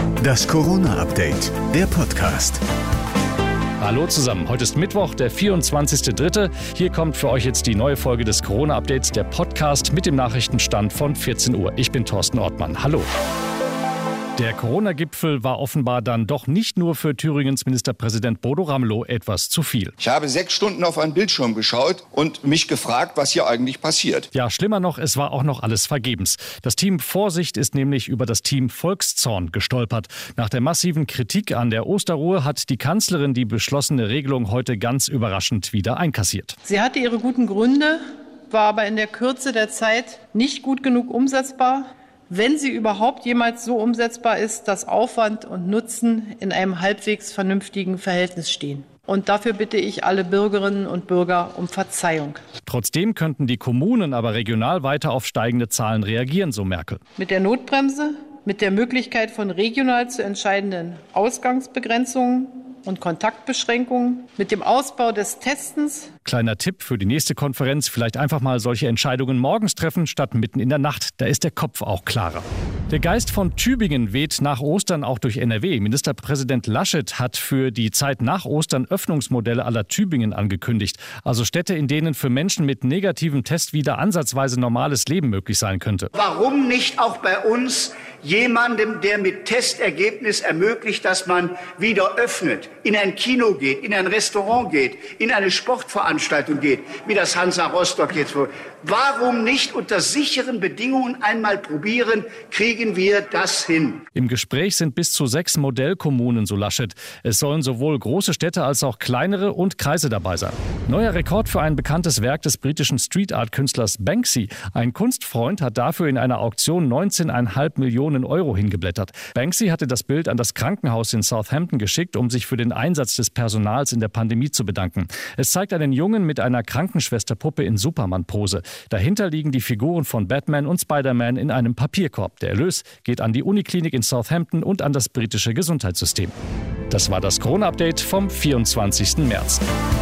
Das Corona-Update, der Podcast. Hallo zusammen, heute ist Mittwoch, der 24.03. Hier kommt für euch jetzt die neue Folge des Corona-Updates, der Podcast mit dem Nachrichtenstand von 14 Uhr. Ich bin Thorsten Ortmann. Hallo. Der Corona-Gipfel war offenbar dann doch nicht nur für Thüringens Ministerpräsident Bodo Ramelow etwas zu viel. Ich habe 6 Stunden auf einen Bildschirm geschaut und mich gefragt, was hier eigentlich passiert. Ja, schlimmer noch, es war auch noch alles vergebens. Das Team Vorsicht ist nämlich über das Team Volkszorn gestolpert. Nach der massiven Kritik an der Osterruhe hat die Kanzlerin die beschlossene Regelung heute ganz überraschend wieder einkassiert. Sie hatte ihre guten Gründe, war aber in der Kürze der Zeit nicht gut genug umsetzbar. Wenn sie überhaupt jemals so umsetzbar ist, dass Aufwand und Nutzen in einem halbwegs vernünftigen Verhältnis stehen. Und dafür bitte ich alle Bürgerinnen und Bürger um Verzeihung. Trotzdem könnten die Kommunen aber regional weiter auf steigende Zahlen reagieren, so Merkel. Mit der Notbremse, mit der Möglichkeit von regional zu entscheidenden Ausgangsbegrenzungen und Kontaktbeschränkungen, mit dem Ausbau des Testens. Kleiner Tipp für die nächste Konferenz, vielleicht einfach mal solche Entscheidungen morgens treffen, statt mitten in der Nacht. Da ist der Kopf auch klarer. Der Geist von Tübingen weht nach Ostern auch durch NRW. Ministerpräsident Laschet hat für die Zeit nach Ostern Öffnungsmodelle à la Tübingen angekündigt. Also Städte, in denen für Menschen mit negativem Test wieder ansatzweise normales Leben möglich sein könnte. Warum nicht auch bei uns jemandem, der mit Testergebnis ermöglicht, dass man wieder öffnet, in ein Kino geht, in ein Restaurant geht, in eine Sportveranstaltung geht, wie das Hansa Rostock jetzt wohl. Warum nicht unter sicheren Bedingungen einmal probieren, kriegen wir das hin? Im Gespräch sind bis zu 6 Modellkommunen, so Laschet. Es sollen sowohl große Städte als auch kleinere und Kreise dabei sein. Neuer Rekord für ein bekanntes Werk des britischen Street-Art-Künstlers Banksy. Ein Kunstfreund hat dafür in einer Auktion 19,5 Millionen Euro hingeblättert. Banksy hatte das Bild an das Krankenhaus in Southampton geschickt, um sich für den Einsatz des Personals in der Pandemie zu bedanken. Es zeigt einen Jungen mit einer Krankenschwesterpuppe in Superman-Pose. Dahinter liegen die Figuren von Batman und Spider-Man in einem Papierkorb. Der Erlös geht an die Uniklinik in Southampton und an das britische Gesundheitssystem. Das war das Corona-Update vom 24. März.